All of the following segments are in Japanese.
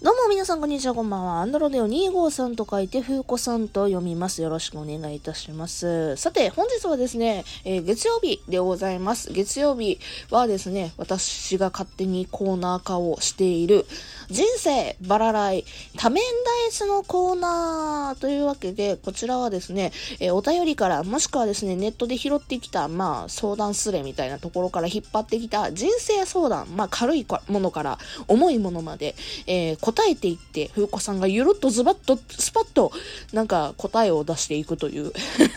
どうも皆さんこんにちは、こんばんは。アンドロデオ253と書いて風子さんと読みます。よろしくお願いいたします。さて本日はですね、月曜日でございます。月曜日はですね、私が勝手にコーナー化をしている人生バラライ多面ダイスのコーナーというわけで、こちらはですね、お便りからもしくはですね、ネットで拾ってきた相談スレみたいなところから引っ張ってきた人生相談、軽いものから重いものまで、答えていって、風子さんがゆるっとズバッとスパッとなんか答えを出していくという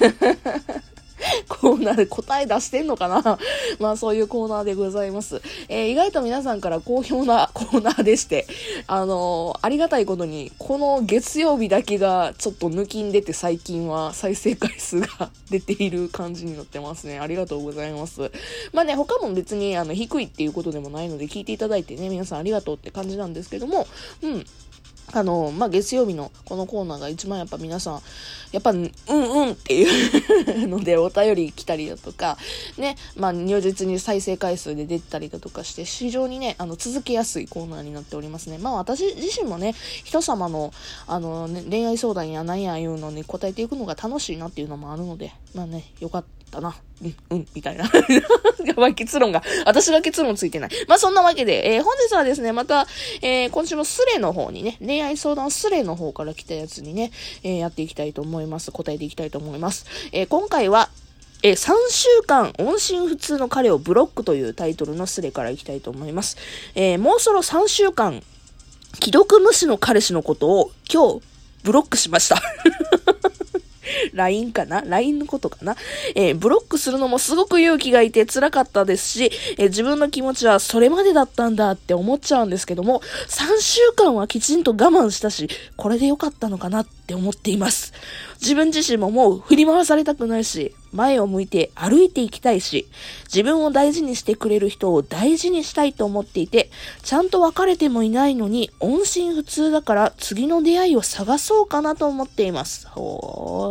コーナーで答え出してんのかなそういうコーナーでございます。意外と皆さんから好評なコーナーでして、ありがたいことに、この月曜日だけがちょっと抜きん出て最近は再生回数が出ている感じになってますね。ありがとうございます。他も別に低いっていうことでもないので聞いていただいてね、皆さんありがとうって感じなんですけども、月曜日のこのコーナーが一番やっぱ皆さん、やっぱ、っていうのでお便り来たりだとか、ね、如実に再生回数で出たりだとかして、非常にね、続けやすいコーナーになっておりますね。私自身もね、人様の、恋愛相談や何やいうのに答えていくのが楽しいなっていうのもあるので、よかったな。みたいな。やばい、私が結論ついてない。そんなわけで、本日はですね、また、今週もスレの方にね、恋愛相談スレの方から来たやつにね、やっていきたいと思います。答えていきたいと思います。今回は、3週間音信不通の彼をブロックというタイトルのスレからいきたいと思います。もうそろ3週間、既読無視の彼氏のことを今日ブロックしました。LINE かな ?LINE のことかな、ブロックするのもすごく勇気がいて辛かったですし、自分の気持ちはそれまでだったんだって思っちゃうんですけども、3週間はきちんと我慢したし、これでよかったのかなって思っています。自分自身ももう振り回されたくないし、前を向いて歩いていきたいし、自分を大事にしてくれる人を大事にしたいと思っていて、ちゃんと別れてもいないのに音信不通だから次の出会いを探そうかなと思っています。こ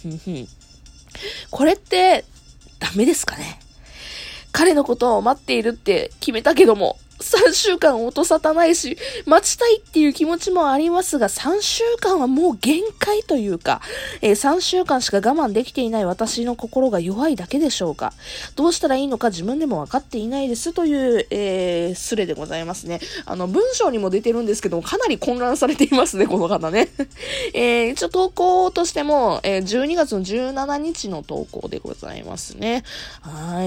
れってダメですかね。彼のことを待っているって決めたけども、3週間音沙汰ないし、待ちたいっていう気持ちもありますが、3週間はもう限界というか、3週間しか我慢できていない私の心が弱いだけでしょうか。どうしたらいいのか自分でも分かっていないですという、スレでございますね。文章にも出てるんですけども、かなり混乱されていますね、この方ね。一応投稿としても、12月の17日の投稿でございますね。はい、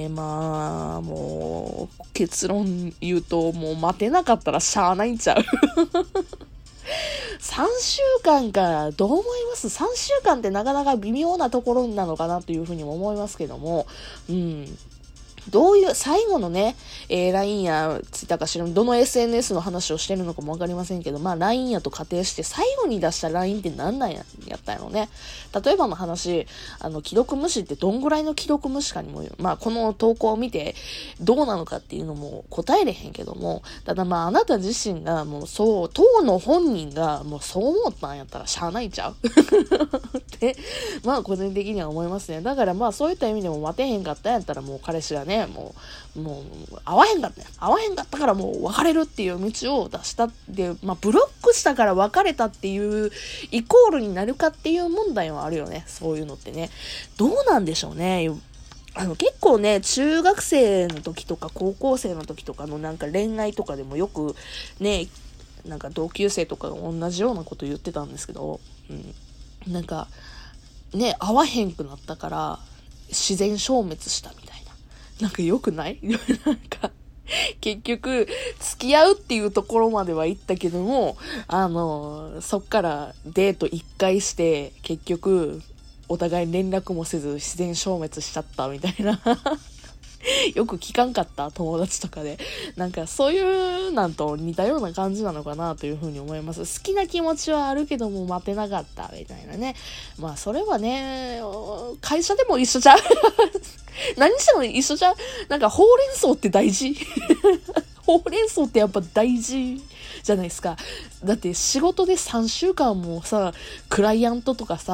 もう、結論言うと、もう待てなかったらしゃーないんちゃう。3週間か、どう思います？ 3 週間ってなかなか微妙なところなのかなというふうにも思いますけども、どういう、最後のね、LINE や、ツイッターかしら、どの SNS の話をしてるのかもわかりませんけど、LINE やと仮定して、最後に出した LINE って何なんやったんやろね。例えばの話、既読無視ってどんぐらいの既読無視かにも、この投稿を見て、どうなのかっていうのも答えれへんけども、ただあなた自身が、もうそう、当の本人が、もうそう思ったんやったらしゃあないんちゃうって、個人的には思いますね。だからそういった意味でも待てへんかったんやったら、もう彼氏がね、もう会わへんかったからもう別れるっていう道を出したで、ブロックしたから別れたっていうイコールになるかっていう問題はあるよね。そういうのってね、どうなんでしょうね。結構ね、中学生の時とか高校生の時とかのなんか恋愛とかでもよくね、なんか同級生とかが同じようなこと言ってたんですけど、なんかね、会わへんくなったから自然消滅したみたいな。なんか良くないなんか、結局、付き合うっていうところまでは行ったけども、そっからデート1回して、結局、お互い連絡もせず自然消滅しちゃったみたいな。よく聞かんかった友達とかで。なんかそういうなんと似たような感じなのかなというふうに思います。好きな気持ちはあるけども待てなかったみたいなね。それはね、会社でも一緒じゃん。何しても一緒じゃん。なんかほうれん草って大事。ほうれん草ってやっぱ大事じゃないですか。だって仕事で3週間もさ、クライアントとかさ、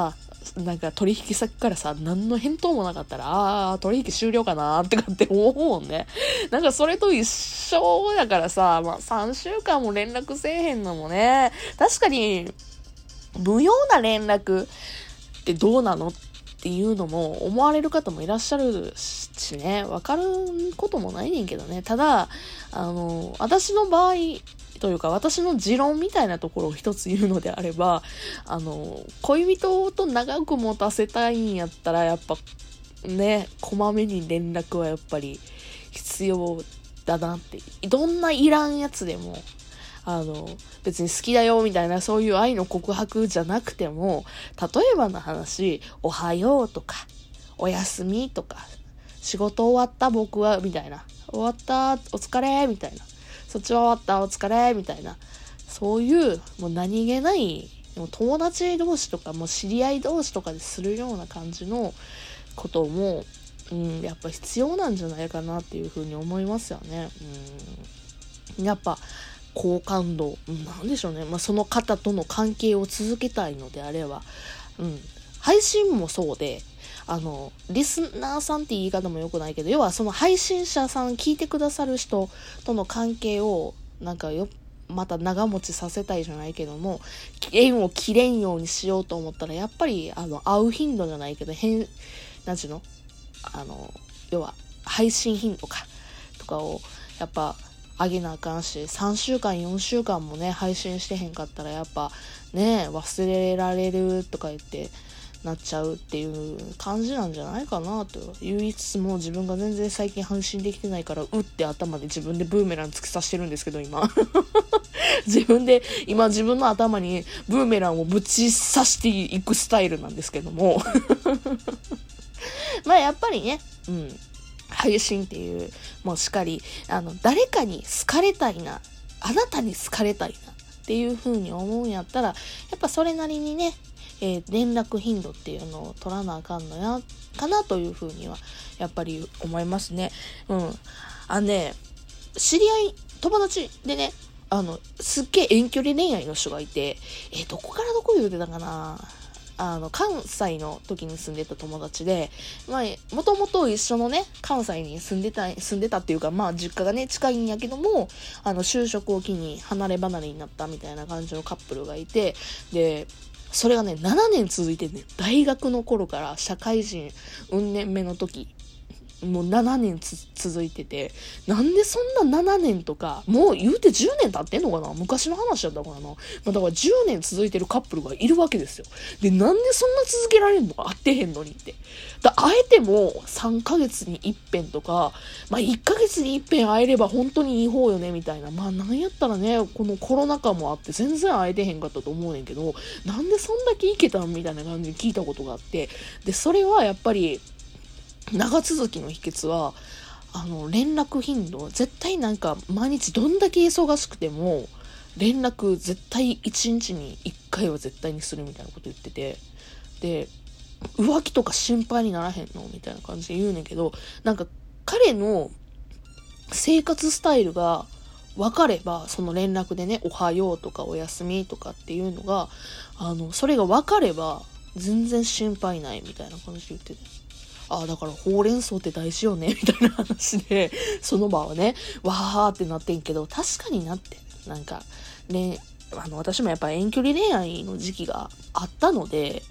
なんか取引先からさ、何の返答もなかったら、取引終了かなってかって思うもんね。なんかそれと一緒だからさ、まあ3週間も連絡せえへんのもね、確かに、無用な連絡ってどうなのっていうのも思われる方もいらっしゃるしね、わかることもないねんけどね。ただ、私の場合、というか私の持論みたいなところを一つ言うのであれば、恋人と長く持たせたいんやったらやっぱね、こまめに連絡はやっぱり必要だなって。どんないらんやつでも、別に好きだよみたいなそういう愛の告白じゃなくても、例えばの話、おはようとか、おやすみとか、仕事終わった僕はみたいな、終わったお疲れみたいな、そっちは終わったお疲れみたいな、そういうもう何気ないもう友達同士とかもう知り合い同士とかでするような感じのことも、やっぱ必要なんじゃないかなっていうふうに思いますよね。やっぱ好感度、なんでしょうね。まあ、その方との関係を続けたいのであれば、配信もそうで、リスナーさんって言い方も良くないけど、要はその配信者さん、聞いてくださる人との関係を、また長持ちさせたいじゃないけども、縁を切れんようにしようと思ったら、やっぱり、会う頻度じゃないけど、なんちゅうの要は、配信頻度とかを、やっぱ、上げなあかんし、3週間、4週間もね、配信してへんかったら、やっぱ、ね、忘れられるとか言って、なっちゃうっていう感じなんじゃないかなと言いつつも、自分が全然最近配信できてないから、って頭で自分でブーメラン突き刺してるんですけど、今。自分の頭にブーメランをぶち刺していくスタイルなんですけども。まあやっぱりね、配信っていう、もうしっかり、誰かに好かれたいな、あなたに好かれたいなっていう風に思うんやったら、やっぱそれなりにね、連絡頻度っていうのを取らなあかんのや、かなという風には、やっぱり思いますね。知り合い、友達でね、すっげえ遠距離恋愛の人がいて、どこからどこ言うてたかな、関西の時に住んでた友達で、もともと一緒のね、関西に住んでたっていうか、実家がね、近いんやけども、就職を機に離れ離れになったみたいな感じのカップルがいて、で、それがね、7年続いてね、大学の頃から社会人、年目の時、もう7年続いてて、なんでそんな7年とか、もう言うて10年経ってんのかな、昔の話だったからな。だから10年続いてるカップルがいるわけですよ。で、なんでそんな続けられんの、会ってへんのにって。会えても3ヶ月に一遍とか、1ヶ月に一遍会えれば本当にいい方よね、みたいな。なんやったらね、このコロナ禍もあって全然会えてへんかったと思うねんけど、なんでそんだけいけたんみたいな感じで聞いたことがあって、で、それはやっぱり、長続きの秘訣は、連絡頻度、絶対毎日どんだけ忙しくても、連絡絶対1日に1回は絶対にするみたいなこと言ってて、で、浮気とか心配にならへんのみたいな感じで言うねんけど、彼の生活スタイルが分かれば、その連絡でね、おはようとかおやすみとかっていうのが、それが分かれば、全然心配ないみたいな感じで言ってて。だからほうれん草って大事よねみたいな話で、その場はね、わーってなってんけど、確かになって、ね、私もやっぱ遠距離恋愛の時期があったので、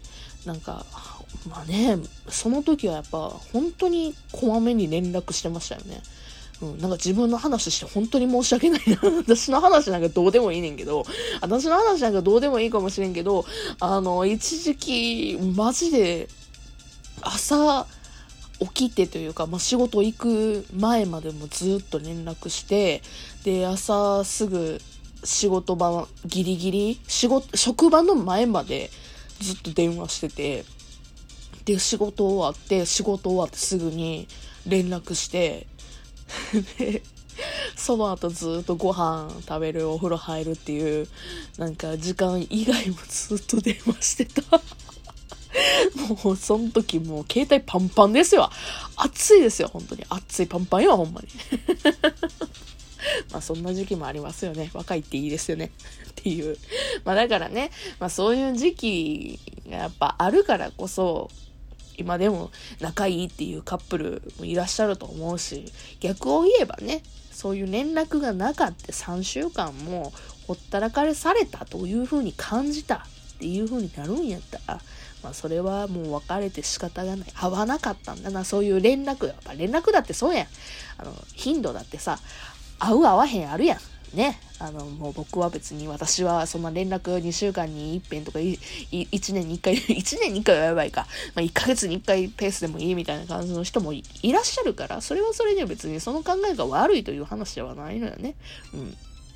その時はやっぱ本当にこまめに連絡してましたよね。自分の話して本当に申し訳ないな。私の話なんかどうでもいいねんけど、私の話なんかどうでもいいかもしれんけど、一時期、マジで、朝、起きてというか、仕事行く前までもずっと連絡して、で、朝すぐ仕事場ギリギリ、職場の前までずっと電話してて、で、仕事終わってすぐに連絡して、で、その後ずっとご飯食べる、お風呂入るっていう、時間以外もずっと電話してた。もうその時もう携帯パンパンですよ。暑いですよ、本当に。暑いパンパンよ、ほんまに。 まあそんな時期もありますよね。若いっていいですよね。っていう。まあだからね、まあそういう時期がやっぱあるからこそ、今でも仲いいっていうカップルもいらっしゃると思うし、逆を言えばね、そういう連絡がなかった3週間もほったらかれされたという風に感じたっていう風になるんやったら、まあそれはもう別れて仕方がない。会わなかったんだな、そういう連絡。やっぱ連絡だってそうやん。頻度だってさ、会う会わへんあるやん。ね。もう僕は別に私はそんな連絡2週間に一遍とか1年に1回、1年に1回はやばいか。まあ1ヶ月に1回ペースでもいいみたいな感じの人も いらっしゃるから、それはそれで別にその考えが悪いという話ではないのよね。うん。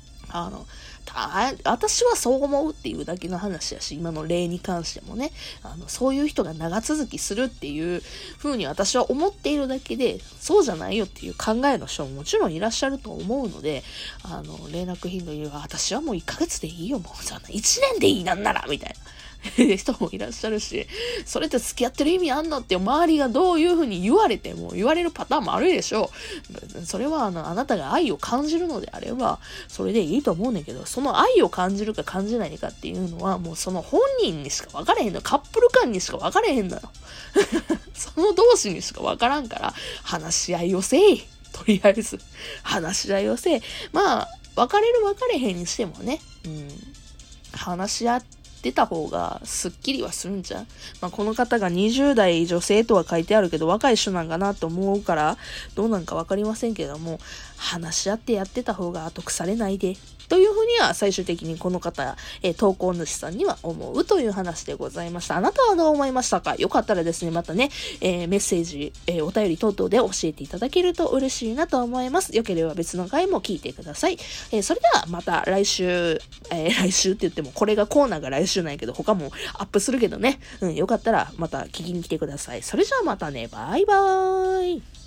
私はそう思うっていうだけの話やし、今の例に関してもね、そういう人が長続きするっていう風に私は思っているだけで、そうじゃないよっていう考えの人ももちろんいらっしゃると思うので、連絡頻度には私はもう1ヶ月でいいよ、もうそんな1年でいいなんならみたいな。人もいらっしゃるし、それって付き合ってる意味あんのって周りがどういう風に言われても言われるパターンもあるでしょう。それはあなたが愛を感じるのであればそれでいいと思うねんけど、その愛を感じるか感じないかっていうのはもうその本人にしか分からへんの。カップル間にしか分からへんのよ。その同士にしか分からんから、話し合いをせい。とりあえず話し合いをせい。まあ別れる別れへんにしてもね、話し合って出た方がスッキリはするんじゃん。まあ、この方が20代女性とは書いてあるけど若い人なんかなと思うからどうなんかわかりませんけども、話し合ってやってた方が後腐れないでというふうには最終的にこの方、投稿主さんには思うという話でございました。あなたはどう思いましたか？よかったらですね、またね、メッセージ、お便り等々で教えていただけると嬉しいなと思います。よければ別の回も聞いてください。それではまた来週、来週って言ってもこれがコーナーが来週なんやけど他もアップするけどね、よかったらまた聞きに来てください。それじゃあまたね、バイバーイ。